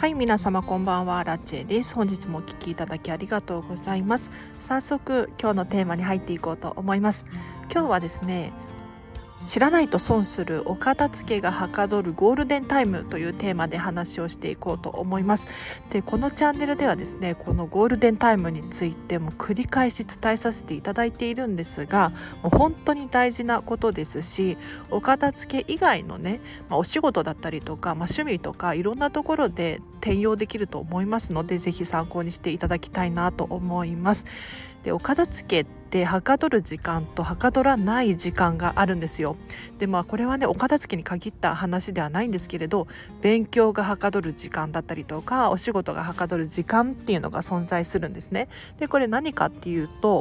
はい、皆様こんばんは。ラチェです。本日もお聞きいただきありがとうございます。早速今日のテーマに入っていこうと思います。今日はですね、知らないと損するお片付けがはかどるゴールデンタイムというテーマで話をしていこうと思います。で、このチャンネルではですね、このゴールデンタイムについても繰り返し伝えさせていただいているんですが、もう本当に大事なことですし、お片付け以外のね、お仕事だったりとか、趣味とかいろんなところで転用できると思いますので、ぜひ参考にしていただきたいなと思います。で、お片付けってはかどる時間とはかどらない時間があるんですよ。で、これはね、お片付けに限った話ではないんですけれど、勉強がはかどる時間だったりとか、お仕事がはかどる時間っていうのが存在するんですね。で、これ何かっていうと、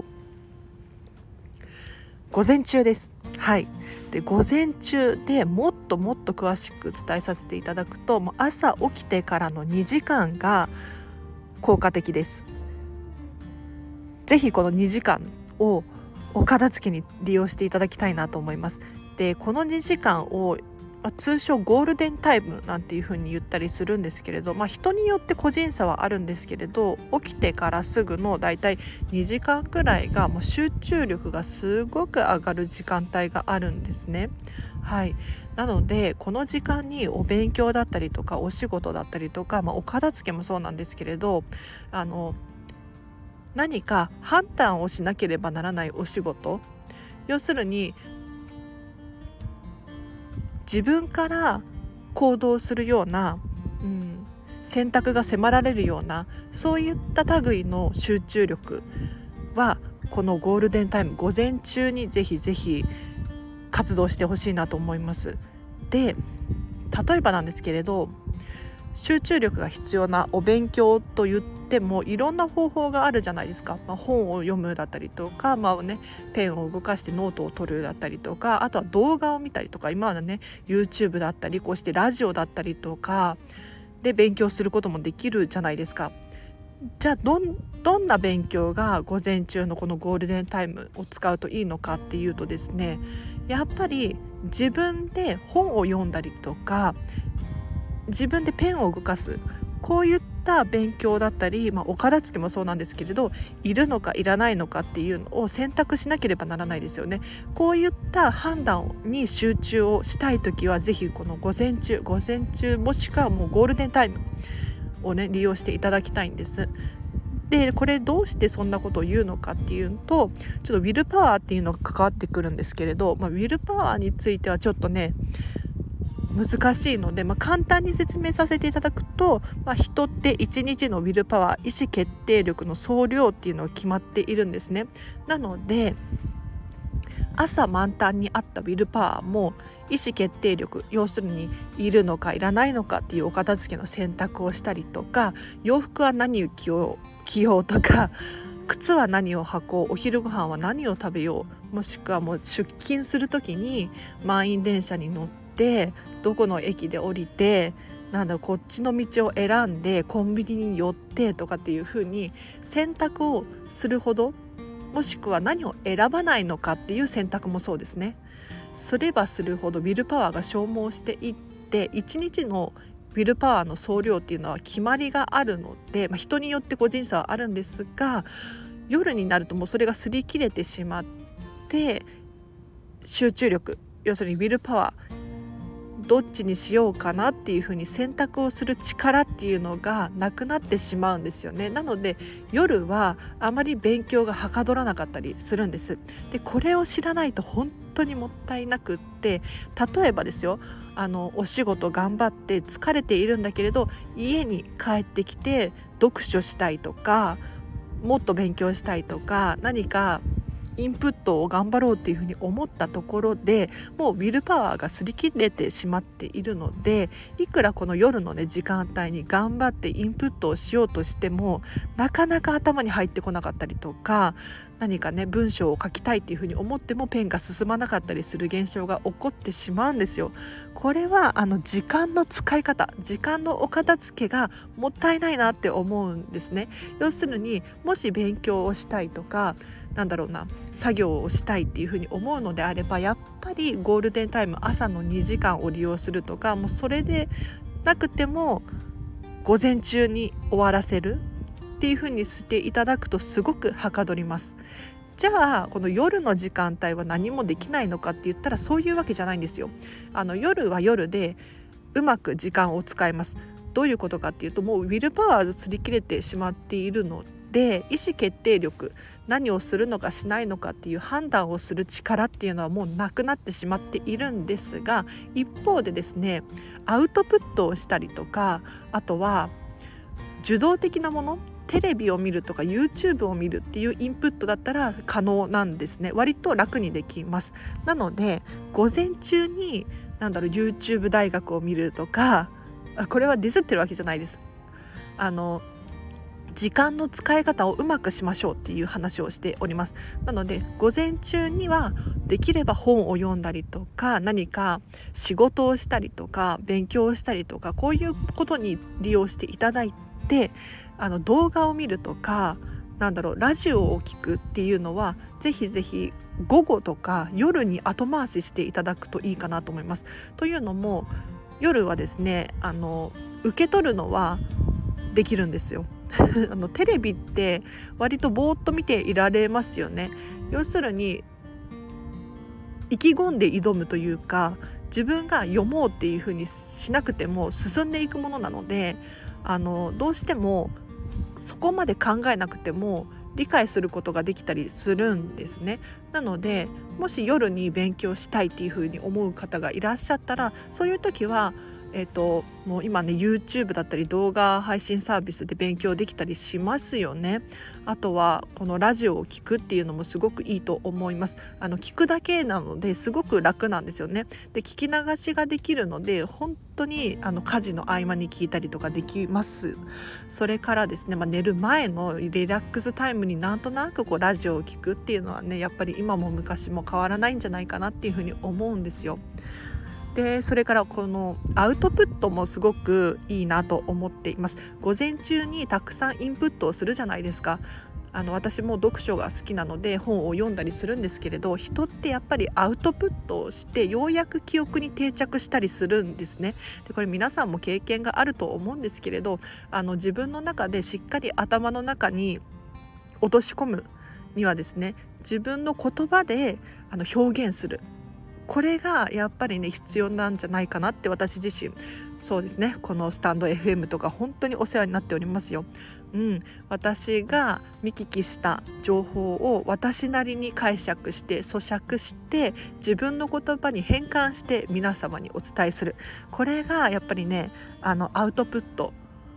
午前中です。はい。で、午前中でもっともっと詳しく伝えさせていただくと、もう朝起きてからの2時間が効果的です。ぜひこの2時間をお片付けに利用していただきたいなと思います。で、この2時間を通称ゴールデンタイムなんていう風に言ったりするんですけれど、人によって個人差はあるんですけれど、起きてからすぐのだいたい2時間くらいがもう集中力がすごく上がる時間帯があるんですね。はい。なのでこの時間にお勉強だったりとかお仕事だったりとか、お片付けもそうなんですけれど、何か判断をしなければならないお仕事、要するに自分から行動するような、選択が迫られるような、そういった類の集中力はこのゴールデンタイム午前中にぜひぜひ活動してほしいなと思います。で、例えばなんですけれど、集中力が必要なお勉強と言ってもいろんな方法があるじゃないですか。本を読むだったりとか、ペンを動かしてノートを取るだったりとか、あとは動画を見たりとか、今はね YouTube だったり、こうしてラジオだったりとかで勉強することもできるじゃないですか。じゃあどんな勉強が午前中のこのゴールデンタイムを使うといいのかっていうとですね、やっぱり自分で本を読んだりとか、自分でペンを動かす、こういった勉強だったり、お片付けもそうなんですけれど、いるのかいらないのかっていうのを選択しなければならないですよね。こういった判断に集中をしたいときは、ぜひこの午前中もしくはもうゴールデンタイムをね利用していただきたいんです。で、これどうしてそんなことを言うのかっていうと、ちょっとウィルパワーっていうのが関わってくるんですけれど、ウィルパワーについてはちょっとね難しいので、簡単に説明させていただくと、人って1日のウィルパワー、意思決定力の総量っていうのが決まっているんですね。なので朝満タンにあったウィルパワーも意思決定力、要するにいるのかいらないのかっていうお片付けの選択をしたりとか、洋服は何を着ようとか、靴は何を履こう、お昼ご飯は何を食べよう、もしくはもう出勤する時に満員電車に乗ってどこの駅で降りて、こっちの道を選んでコンビニに寄ってとかっていう風に選択をするほど、もしくは何を選ばないのかっていう選択もそうですね。すればするほどウィルパワーが消耗していって、1日のウィルパワーの総量っていうのは決まりがあるので、人によって個人差はあるんですが、夜になるともうそれが擦り切れてしまって、集中力、要するにウィルパワー、どっちにしようかなっていう風に選択をする力っていうのがなくなってしまうんですよね。なので夜はあまり勉強がはかどらなかったりするんです。で、これを知らないと本当にもったいなくって、例えばですよ、お仕事頑張って疲れているんだけれど、家に帰ってきて読書したいとか、もっと勉強したいとか、何かインプットを頑張ろうっていうふうに思ったところで、もうウィルパワーが擦り切れてしまっているので、いくらこの夜の時間帯に頑張ってインプットをしようとしても、なかなか頭に入ってこなかったりとか、何か文章を書きたいっていうふうに思ってもペンが進まなかったりする現象が起こってしまうんですよ。これは時間の使い方、時間のお片付けがもったいないなって思うんですね。要するに、もし勉強をしたいとか、作業をしたいっていうふうに思うのであれば、やっぱりゴールデンタイム、朝の2時間を利用するとか、もうそれでなくても午前中に終わらせるっていう風にしていただくとすごくはかどります。じゃあこの夜の時間帯は何もできないのかって言ったらそういうわけじゃないんですよ。夜は夜でうまく時間を使います。どういうことかっていうと、もうウィルパワーを擦り切れてしまっているので、意思決定力、何をするのかしないのかっていう判断をする力っていうのはもうなくなってしまっているんですが、一方でですね、アウトプットをしたりとか、あとは受動的なもの、テレビを見るとか YouTube を見るっていうインプットだったら可能なんですね。割と楽にできます。なので午前中にYouTube 大学を見るとか、これはディスってるわけじゃないです。時間の使い方をうまくしましょうっていう話をしております。なので午前中にはできれば本を読んだりとか、何か仕事をしたりとか勉強をしたりとか、こういうことに利用していただいて、動画を見るとかラジオを聞くっていうのはぜひぜひ午後とか夜に後回ししていただくといいかなと思います。というのも夜はですね、受け取るのはできるんですよテレビって割とぼーっと見ていられますよね。要するに意気込んで挑むというか、自分が読もうっていう風にしなくても進んでいくものなので、どうしてもそこまで考えなくても理解することができたりするんですね。なのでもし夜に勉強したいっていう風に思う方がいらっしゃったら、そういう時はもう今ね YouTube だったり動画配信サービスで勉強できたりしますよね。あとはこのラジオを聞くっていうのもすごくいいと思います。聞くだけなのですごく楽なんですよね。で聞き流しができるので本当に家事の合間に聞いたりとかできます。それからですね、寝る前のリラックスタイムになんとなくラジオを聞くっていうのはね、やっぱり今も昔も変わらないんじゃないかなっていうふうに思うんですよ。でそれからこのアウトプットもすごくいいなと思っています。午前中にたくさんインプットをするじゃないですか。私も読書が好きなので本を読んだりするんですけれど、人ってやっぱりアウトプットをしてようやく記憶に定着したりするんですね。でこれ皆さんも経験があると思うんですけれど、自分の中でしっかり頭の中に落とし込むにはですね、自分の言葉で表現する、これがやっぱりね必要なんじゃないかなって、私自身そうですね、このスタンド FM とか本当にお世話になっておりますよ。私が見聞きした情報を私なりに解釈して咀嚼して自分の言葉に変換して皆様にお伝えする、これがやっぱりねアウトプット、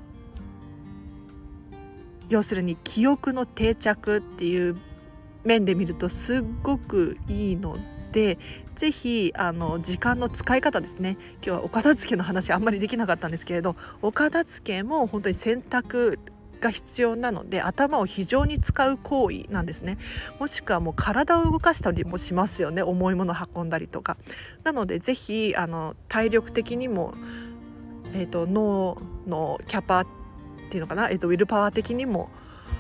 要するに記憶の定着っていう面で見るとすっごくいいので、ぜひ時間の使い方ですね。今日はお片付けの話あんまりできなかったんですけれど、お片付けも本当に選択が必要なので頭を非常に使う行為なんですね。もしくはもう体を動かしたりもしますよね、重いもの運んだりとか。なのでぜひ体力的にも、脳のキャパっていうのかな、ウィルパワー的にも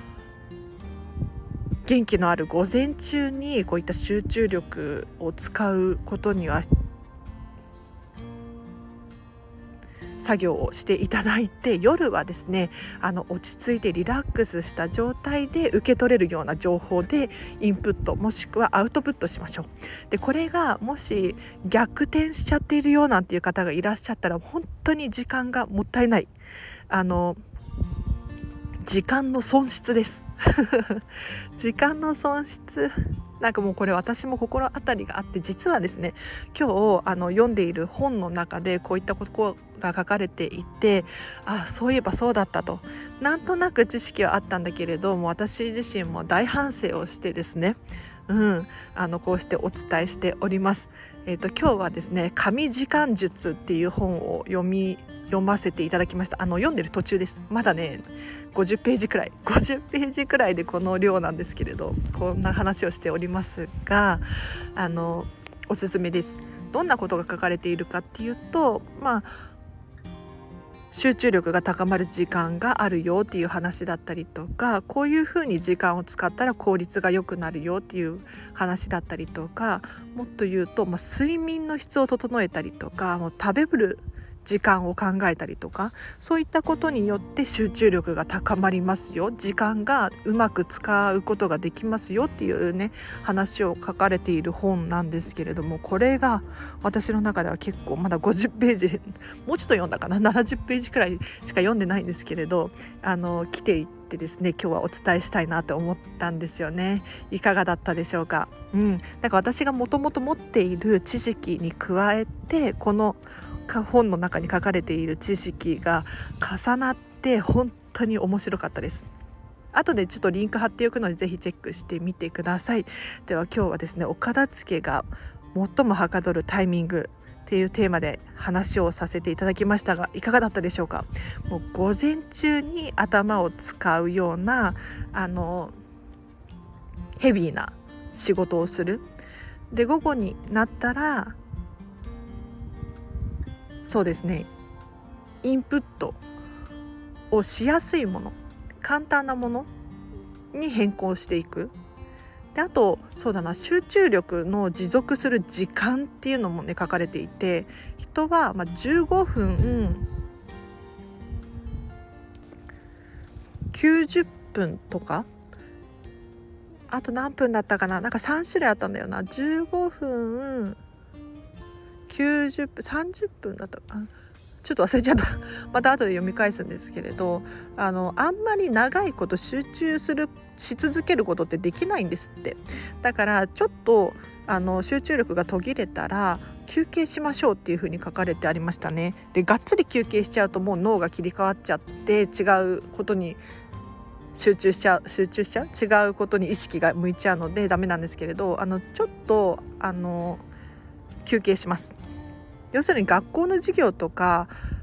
元気のある午前中にこういった集中力を使うことには作業をしていただいて、夜はですね落ち着いてリラックスした状態で受け取れるような情報でインプットもしくはアウトプットしましょう。でこれがもし逆転しちゃっているようなんていう方がいらっしゃったら本当に時間がもったいない、時間の損失です時間の損失、もうこれ私も心当たりがあって、実はですね今日読んでいる本の中でこういったことが書かれていて、そういえばそうだったと、なんとなく知識はあったんだけれども私自身も大反省をしてですね、こうしてお伝えしております。今日はですね神時間術っていう本を読ませていただきました。読んでる途中です。まだね50ページくらいでこの量なんですけれど、こんな話をしておりますがおすすめです。どんなことが書かれているかっていうと、集中力が高まる時間があるよっていう話だったりとか、こういうふうに時間を使ったら効率が良くなるよっていう話だったりとか、もっと言うと、睡眠の質を整えたりとか、もう食べる時間を考えたりとか、そういったことによって集中力が高まりますよ、時間がうまく使うことができますよっていうね話を書かれている本なんですけれども、これが私の中では結構まだ50ページもうちょっと読んだかな、70ページくらいしか読んでないんですけれど、来ていってですね、今日はお伝えしたいなと思ったんですよね。いかがだったでしょうか。だから私がもともと持っている知識に加えて、この本の中に書かれている知識が重なって本当に面白かったです。後でちょっとリンク貼っておくのでぜひチェックしてみてください。では今日はですね、お片付けが最もはかどるタイミングっていうテーマで話をさせていただきましたが、いかがだったでしょうか。もう午前中に頭を使うようなヘビーな仕事をする。で午後になったらそうですね、インプットをしやすいもの、簡単なものに変更していく。であとそうだな、集中力の持続する時間っていうのもね書かれていて、人は15分90分とか、あと何分だったかな、なんか3種類あったんだよな。15分90分30分だったかな、ちょっと忘れちゃったまた後で読み返すんですけれど、あんまり長いこと集中し続けることってできないんですって。だからちょっと集中力が途切れたら休憩しましょうっていう風に書かれてありましたね。でがっつり休憩しちゃうともう脳が切り替わっちゃって違うことに集中しちゃう、違うことに意識が向いちゃうのでダメなんですけれど、ちょっと休憩します。要するに学校の授業とか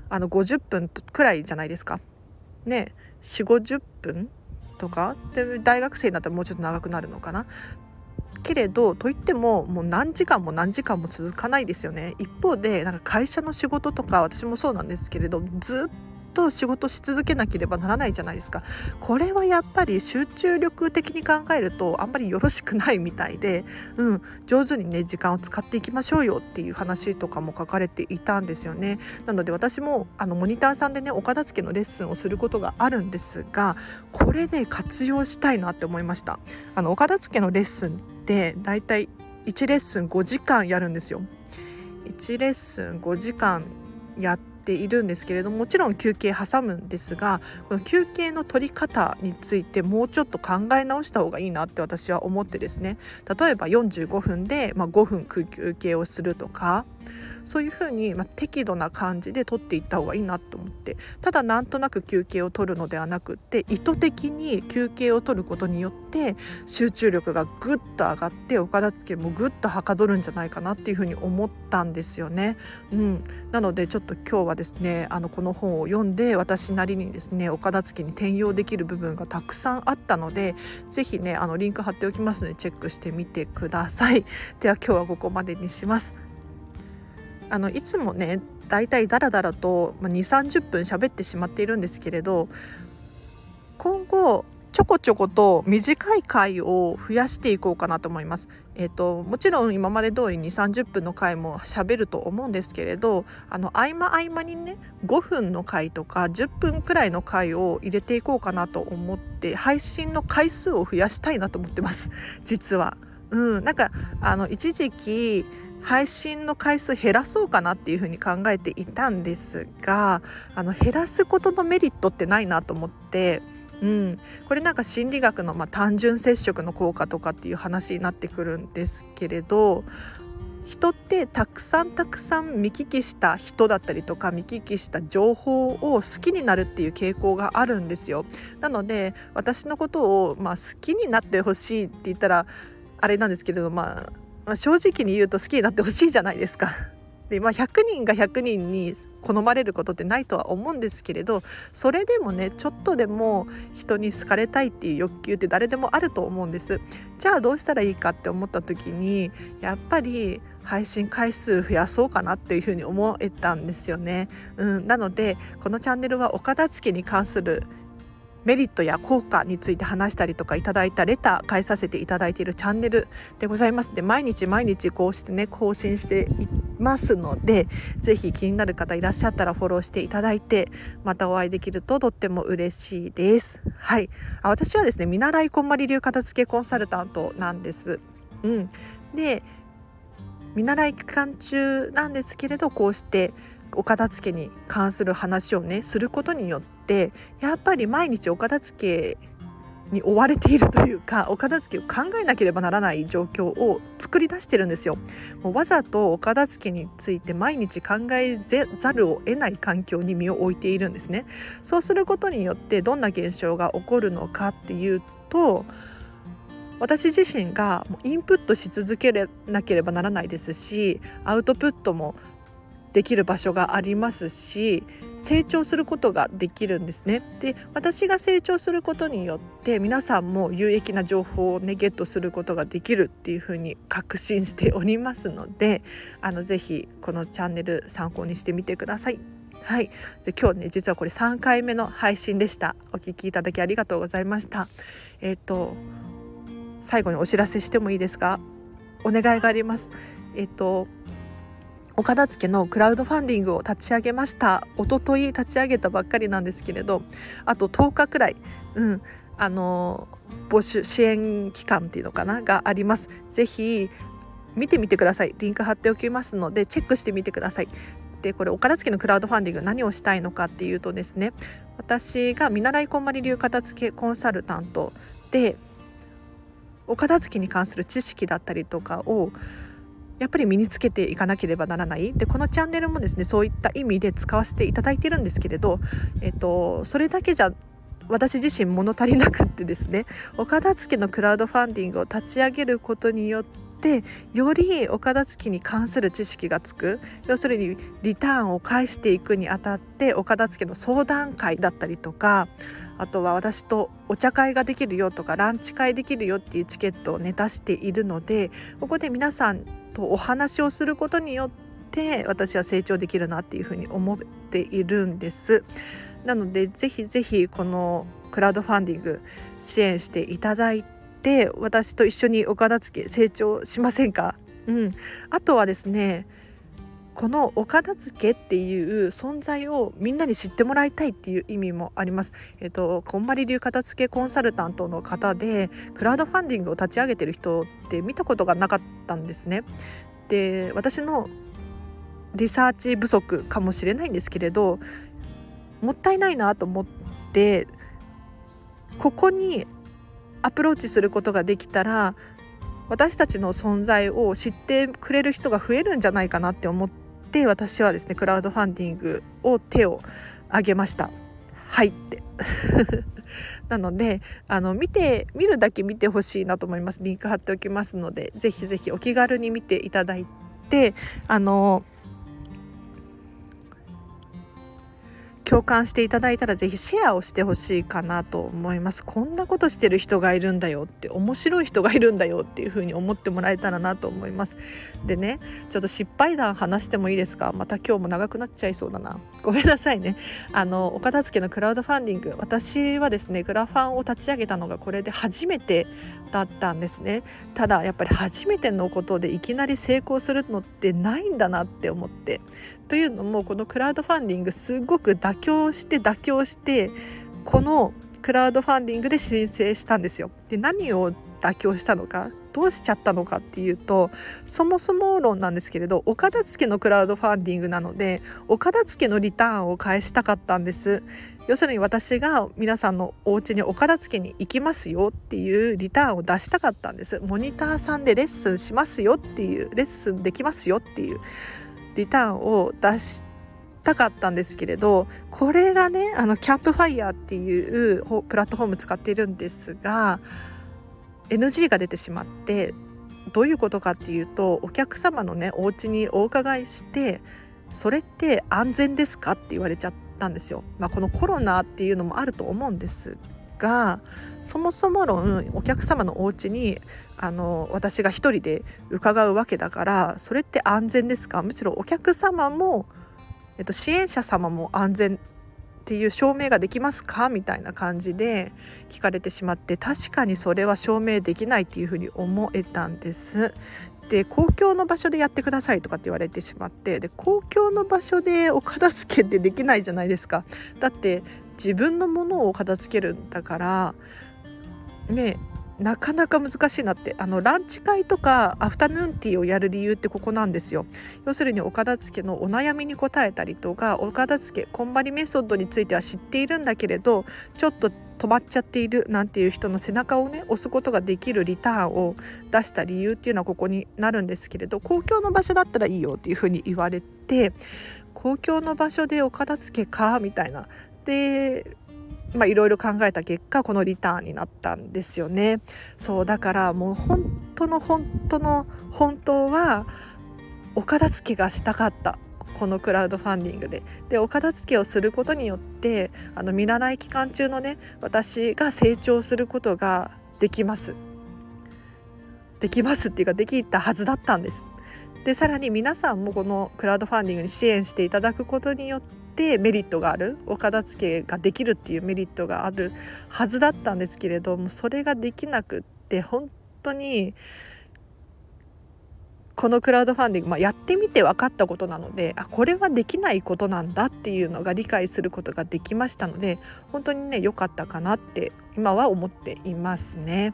50分くらいじゃないですかね、4、50分とかで、大学生になったらもうちょっと長くなるのかな。けれどといってももう何時間も続かないですよね。一方でなんか会社の仕事とか、私もそうなんですけれど、ずっと仕事し続けなければならないじゃないですか。これはやっぱり集中力的に考えるとあんまりよろしくないみたいで、上手にね時間を使っていきましょうよっていう話とかも書かれていたんですよね。なので私もモニターさんでねお片付けのレッスンをすることがあるんですが、これね活用したいなって思いました。お片付けのレッスンってだいたい1レッスン5時間やるんですよ。1レッスン5時間やっているんですけれども、もちろん休憩挟むんですが、この休憩の取り方についてもうちょっと考え直した方がいいなって私は思ってですね、例えば45分で5分休憩をするとか、そういうふうに適度な感じで取っていった方がいいなと思って、ただなんとなく休憩を取るのではなくって意図的に休憩を取ることによって集中力がぐっと上がってお片付けもぐっとはかどるんじゃないかなっていうふうに思ったんですよね。なのでちょっと今日はですねこの本を読んで私なりにですねお片付けに転用できる部分がたくさんあったので、ぜひねリンク貼っておきますのでチェックしてみてください。では今日はここまでにします。いつもねだいたいだらだらと 2,30 分喋ってしまっているんですけれど、今後ちょこちょこと短い回を増やしていこうかなと思います。もちろん今まで通り 2,30 分の回も喋ると思うんですけれど、合間にね5分の回とか10分くらいの回を入れていこうかなと思って配信の回数を増やしたいなと思ってます実は。なんか一時期配信の回数減らそうかなっていうふうに考えていたんですが、減らすことのメリットってないなと思って、これなんか心理学の単純接触の効果とかっていう話になってくるんですけれど、人ってたくさん見聞きした人だったりとか見聞きした情報を好きになるっていう傾向があるんですよ。なので私のことを好きになってほしいって言ったらあれなんですけれど、正直に言うと好きになってほしいじゃないですか。で、100人が100人に好まれることってないとは思うんですけれど、それでもねちょっとでも人に好かれたいっていう欲求って誰でもあると思うんです。じゃあどうしたらいいかって思った時に、やっぱり配信回数増やそうかなっていうふうに思えたんですよね。なのでこのチャンネルはお片付けに関するメリットや効果について話したりとかいただいたレター返させていただいているチャンネルでございます。で毎日こうしてね更新していってますので、ぜひ気になる方いらっしゃったらフォローしていただいて、またお会いできるととっても嬉しいです。はい、私はですね、見習いこんまり流片付けコンサルタントなんです。で、見習い期間中なんですけれど、こうしてお片付けに関する話をねすることによって、やっぱり毎日お片付けに追われているというか、お片付けを考えなければならない状況を作り出してるんですよ。もうわざとお片付けについて毎日考えざるを得ない環境に身を置いているんですね。そうすることによってどんな現象が起こるのかっていうと、私自身がインプットし続けなければならないですし、アウトプットもできる場所がありますし、成長することができるんですね。で、私が成長することによって皆さんも有益な情報をねゲットすることができるっていうふうに確信しておりますので、ぜひこのチャンネル参考にしてみてください。はい、で今日ね実はこれ3回目の配信でした。お聞きいただきありがとうございました。最後にお知らせしてもいいですか？お願いがあります。お片付けのクラウドファンディングを立ち上げました。一昨日立ち上げたばっかりなんですけれど、あと10日くらい、募集支援期間っていうのかながあります。ぜひ見てみてください。リンク貼っておきますのでチェックしてみてください。で、これお片付けのクラウドファンディング何をしたいのかっていうとですね、私が見習いこんまり流片付けコンサルタントで、お片付けに関する知識だったりとかをやっぱり身につけていかなければならない。で、このチャンネルもですね、そういった意味で使わせていただいているんですけれど、それだけじゃ私自身物足りなくってですね、お片付けのクラウドファンディングを立ち上げることによってよりお片付けに関する知識がつく。要するにリターンを返していくにあたってお片付けの相談会だったりとか、あとは私とお茶会ができるよとかランチ会できるよっていうチケットをね出しているので、ここで皆さんとお話をすることによって私は成長できるなっていうふうに思っているんです。なのでぜひぜひこのクラウドファンディング支援していただいて、私と一緒にお片付け成長しませんか？あとはですね、このお片付けっていう存在をみんなに知ってもらいたいっていう意味もあります。こんまり流片付けコンサルタントの方でクラウドファンディングを立ち上げてる人って見たことがなかったんですね。で、私のリサーチ不足かもしれないんですけれど、もったいないなと思って、ここにアプローチすることができたら私たちの存在を知ってくれる人が増えるんじゃないかなって思って、私はですねクラウドファンディングを手を挙げました。はいってなので見るだけ見てほしいなと思います。リンク貼っておきますので、ぜひぜひお気軽に見ていただいて、共感していただいたらぜひシェアをしてほしいかなと思います。こんなことしてる人がいるんだよって、面白い人がいるんだよっていう風に思ってもらえたらなと思います。でね、ちょっと失敗談話してもいいですか？また今日も長くなっちゃいそうだな、ごめんなさいね。お片付けのクラウドファンディング、私はですねクラファンを立ち上げたのがこれで初めてだったんですね。ただやっぱり初めてのことでいきなり成功するのってないんだなって思って、というのもこのクラウドファンディングすごく妥協してこのクラウドファンディングで申請したんですよ。で、何を妥協したのか、どうしちゃったのかっていうと、そもそも論なんですけれど、お片付けのクラウドファンディングなのでお片付けのリターンを返したかったんです。要するに私が皆さんのお家にお片付けに行きますよっていうリターンを出したかったんです。モニターさんでレッスンしますよっていう、レッスンできますよっていうリターンを出したかったんですけれど、これがねキャンプファイヤーっていうプラットフォーム使っているんですが NG が出てしまって、どういうことかっていうと、お客様のねお家にお伺いして、それって安全ですかって言われちゃったんですよ。このコロナっていうのもあると思うんですが、そもそも論お客様のお家に私が一人で伺うわけだから、それって安全ですか？むしろお客様も、支援者様も安全っていう証明ができますかみたいな感じで聞かれてしまって、確かにそれは証明できないっていうふうに思えたんです。 で公共の場所でやってくださいとかって言われてしまって、で公共の場所でお片付けってできないじゃないですか。だって自分のものを片付けるんだからね、なかなか難しいなって。ランチ会とかアフタヌーンティーをやる理由ってここなんですよ。要するにお片付けのお悩みに答えたりとか、お片付けこんまりメソッドについては知っているんだけれどちょっと止まっちゃっているなんていう人の背中をね押すことができるリターンを出した理由っていうのはここになるんですけれど、公共の場所だったらいいよっていうふうに言われて、公共の場所でお片付けかみたいな。でいろいろ考えた結果このリターンになったんですよね。そうだからもう本当はお片付けがしたかった、このクラウドファンディングでお片付けをすることによって見習い期間中のね私が成長することができますっていうかできたはずだったんです。でさらに皆さんもこのクラウドファンディングに支援していただくことによってメリットがある、お片付けができるっていうメリットがあるはずだったんですけれども、それができなくって本当にこのクラウドファンディング、やってみて分かったことなので、これはできないことなんだっていうのが理解することができましたので、本当にね良かったかなって今は思っていますね。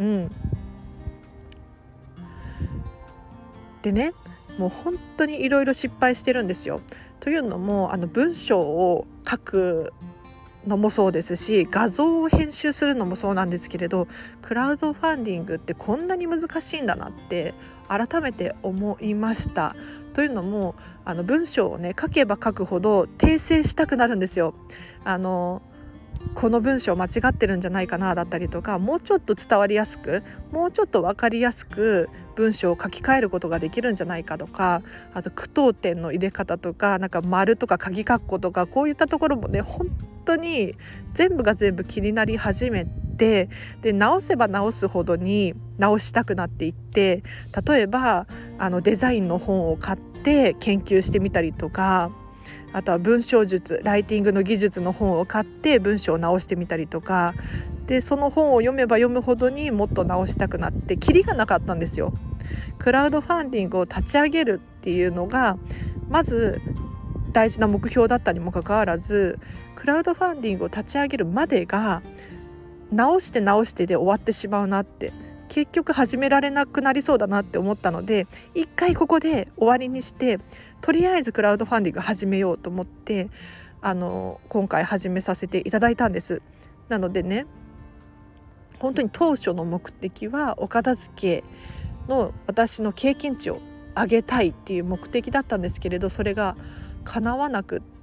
でね、もう本当にいろいろ失敗してるんですよ。というのも文章を書くのもそうですし、画像を編集するのもそうなんですけれど、クラウドファンディングってこんなに難しいんだなって改めて思いました。というのも文章をね書けば書くほど訂正したくなるんですよ。この文章間違ってるんじゃないかなだったりとか、もうちょっと伝わりやすく、もうちょっと分かりやすく文章を書き換えることができるんじゃないかとか、あと句読点の入れ方とか、丸とか鍵括弧とか、こういったところもね本当に全部が全部気になり始めて、で直せば直すほどに直したくなっていって、例えばデザインの本を買って研究してみたりとか、あとは文章術、ライティングの技術の本を買って文章を直してみたりとかで、その本を読めば読むほどにもっと直したくなってキリがなかったんですよ。クラウドファンディングを立ち上げるっていうのがまず大事な目標だったにもかかわらず、クラウドファンディングを立ち上げるまでが直してで終わってしまうなって、結局始められなくなりそうだなって思ったので、一回ここで終わりにして、とりあえずクラウドファンディング始めようと思って今回始めさせていただいたんです。なのでね、本当に当初の目的はお片付けの私の経験値を上げたいっていう目的だったんですけれど、それが叶わなくって、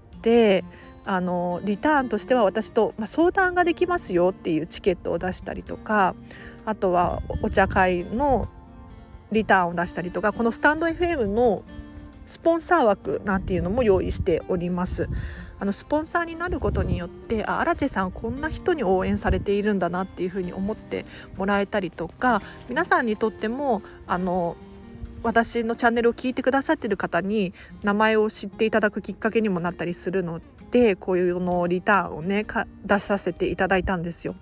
リターンとしては私と、相談ができますよっていうチケットを出したりとか、あとはお茶会のリターンを出したりとか、このスタンド FM のスポンサー枠なんていうのも用意しております。スポンサーになることによってアラチェさんこんな人に応援されているんだなっていうふうに思ってもらえたりとか、皆さんにとっても私のチャンネルを聞いてくださっている方に名前を知っていただくきっかけにもなったりするので、こういうのリターンをね出させていただいたんですよ。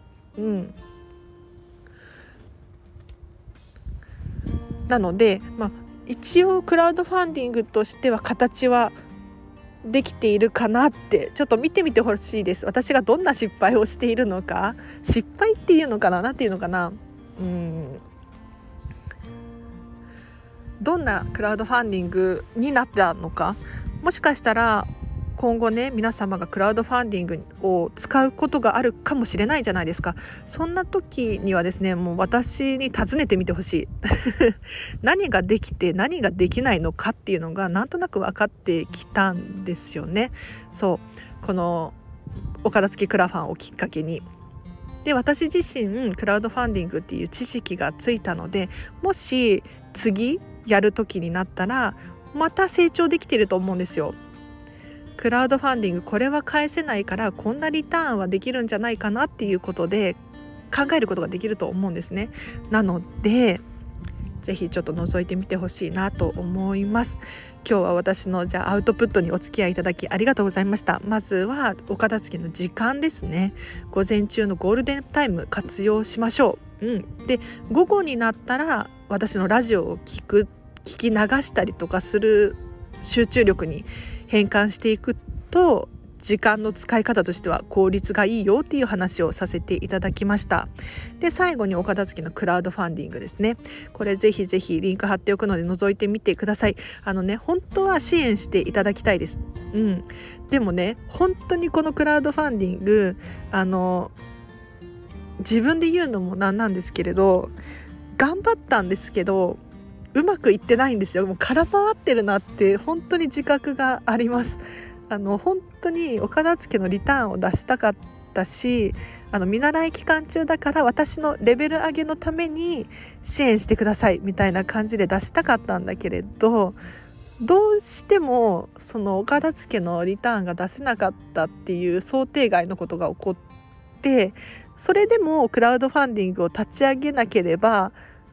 なので、一応クラウドファンディングとしては形はできているかなって、ちょっと見てみてほしいです。私がどんな失敗をしているのか、失敗っていうのかな、なんていうのかな、どんなクラウドファンディングになったのか、もしかしたら今後ね皆様がクラウドファンディングを使うことがあるかもしれないじゃないですか。そんな時にはですね、もう私に尋ねてみてほしい何ができて何ができないのかっていうのがなんとなく分かってきたんですよね。このお片付けクラファンをきっかけに。で私自身クラウドファンディングっていう知識がついたので、もし次やる時になったらまた成長できてると思うんですよ。クラウドファンディングこれは返せないからこんなリターンはできるんじゃないかなっていうことで考えることができると思うんですね。なのでぜひちょっと覗いてみてほしいなと思います。今日は私のアウトプットにお付き合いいただきありがとうございました。まずはお片付けの時間ですね。午前中のゴールデンタイム活用しましょう。で午後になったら私のラジオを聞き流したりとかする集中力に変換していくと、時間の使い方としては効率がいいよっていう話をさせていただきました。で、最後にお片付けのクラウドファンディングですね。これぜひぜひリンク貼っておくので覗いてみてください。本当は支援していただきたいです。でもね、本当にこのクラウドファンディング自分で言うのもなんなんですけれど、頑張ったんですけどうまくいってないんですよ。もう空回ってるなって本当に自覚があります。本当にお片付けのリターンを出したかったし、見習い期間中だから私のレベル上げのために支援してくださいみたいな感じで出したかったんだけれど、どうしてもそのお片付けのリターンが出せなかったっていう想定外のことが起こって、それでもクラウドファンディングを立ち上げなければ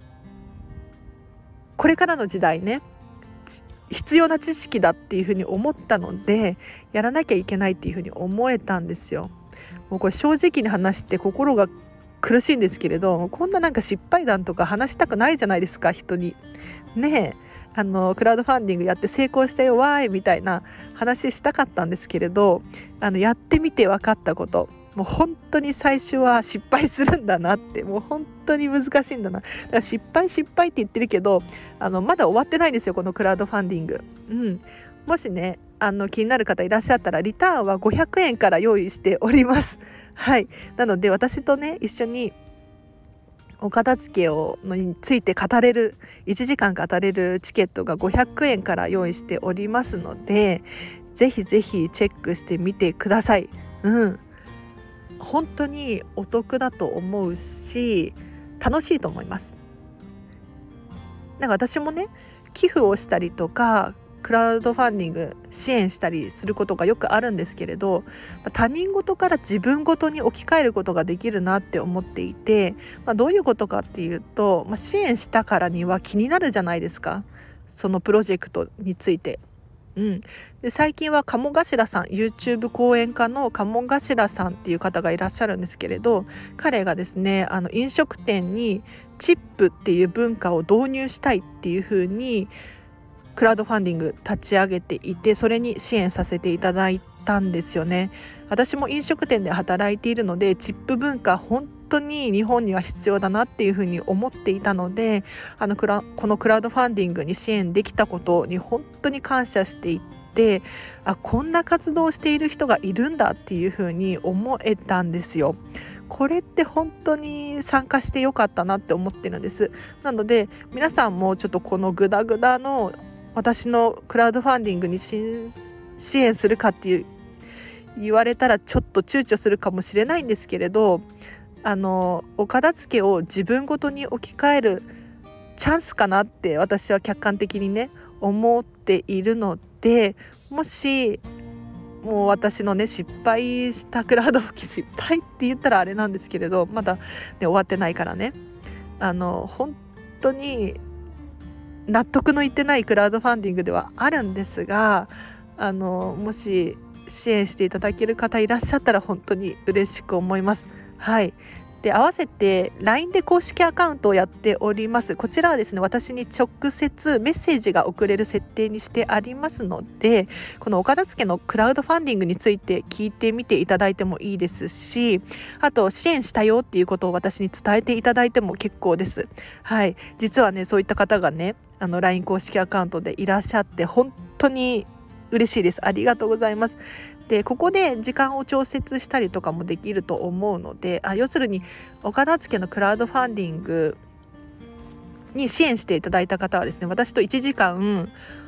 これからの時代ね、必要な知識だっていうふうに思ったので、やらなきゃいけないっていうふうに思えたんですよ。もうこれ正直に話して心が苦しいんですけれど、こんななんか失敗談とか話したくないじゃないですか、人にね。クラウドファンディングやって成功したよわーいみたいな話したかったんですけれど、やってみて分かったこと、もう本当に最初は失敗するんだなって、もう本当に難しいんだな。だから失敗って言ってるけどまだ終わってないんですよ、このクラウドファンディング。もしね気になる方いらっしゃったら、リターンは500円から用意しております。はい、なので私とね一緒にお片付けについて語れる1時間語れるチケットが500円から用意しておりますので、ぜひぜひチェックしてみてください。本当にお得だと思うし楽しいと思います。なんか私もね、寄付をしたりとかクラウドファンディング支援したりすることがよくあるんですけれど、他人事から自分事に置き換えることができるなって思っていて、どういうことかっていうと、支援したからには気になるじゃないですか、そのプロジェクトについて。で最近は鴨頭さん、 YouTube 講演家の鴨頭さんっていう方がいらっしゃるんですけれど、彼がですね飲食店にチップっていう文化を導入したいっていうふうにクラウドファンディング立ち上げていて、それに支援させていただいたんですよね。私も飲食店で働いているので、チップ文化本当に日本には必要だなっていうふうに思っていたので、このクラウドファンディングに支援できたことに本当に感謝していて、こんな活動をしている人がいるんだっていうふうに思えたんですよ。これって本当に参加してよかったなって思ってるんです。なので皆さんもちょっとこのグダグダの私のクラウドファンディングに支援するかって言われたらちょっと躊躇するかもしれないんですけれど、お片付けを自分ごとに置き換えるチャンスかなって私は客観的にね思っているので、もしもう私のね失敗したクラウドファンディング、失敗って言ったらあれなんですけれど、まだ、終わってないからね、本当に納得のいってないクラウドファンディングではあるんですが、もし支援していただける方いらっしゃったら本当に嬉しく思います。はい。で合わせて LINE で公式アカウントをやっております。こちらはですね、私に直接メッセージが送れる設定にしてありますので、このお片付けのクラウドファンディングについて聞いてみていただいてもいいですし、あと支援したよっていうことを私に伝えていただいても結構です。はい。実はねそういった方がねLINE 公式アカウントでいらっしゃって本当に嬉しいです。ありがとうございます。でここで時間を調節したりとかもできると思うので、要するにお片付けのクラウドファンディングに支援していただいた方はですね、私と1時間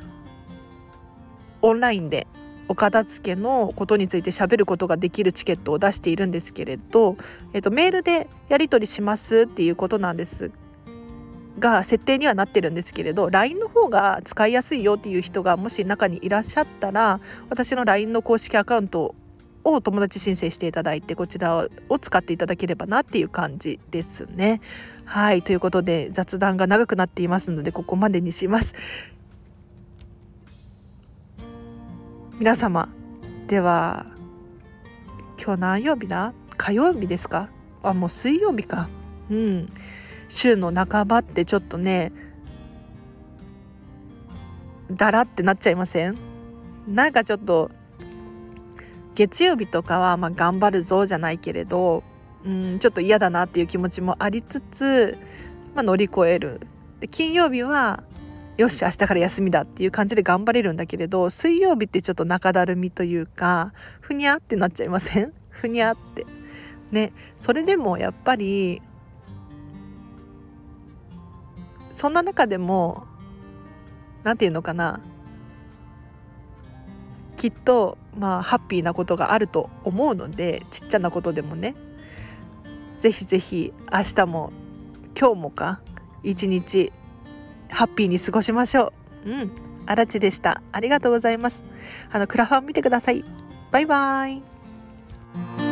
オンラインでお片付けのことについて喋ることができるチケットを出しているんですけれど、メールでやり取りしますっていうことなんですが、設定にはなってるんですけれど、 LINE の方が使いやすいよっていう人がもし中にいらっしゃったら、私の LINE の公式アカウントを友達申請していただいて、こちらを使っていただければなっていう感じですね。はい、ということで雑談が長くなっていますのでここまでにします。皆様、では今日何曜日だ？火曜日ですか？もう水曜日か。 週の半ばってちょっとねだらってなっちゃいません？なんかちょっと月曜日とかは頑張るぞじゃないけれど、ちょっと嫌だなっていう気持ちもありつつ、乗り越える。で金曜日はよし明日から休みだっていう感じで頑張れるんだけれど、水曜日ってちょっと中だるみというかふにゃってなっちゃいません？ふにゃってね。それでもやっぱりそんな中でもなんていうのかな、きっとハッピーなことがあると思うので、ちっちゃなことでもね、ぜひぜひ明日も今日も一日ハッピーに過ごしましょう。あらちでした。ありがとうございます。クラファン見てください。バイバイ。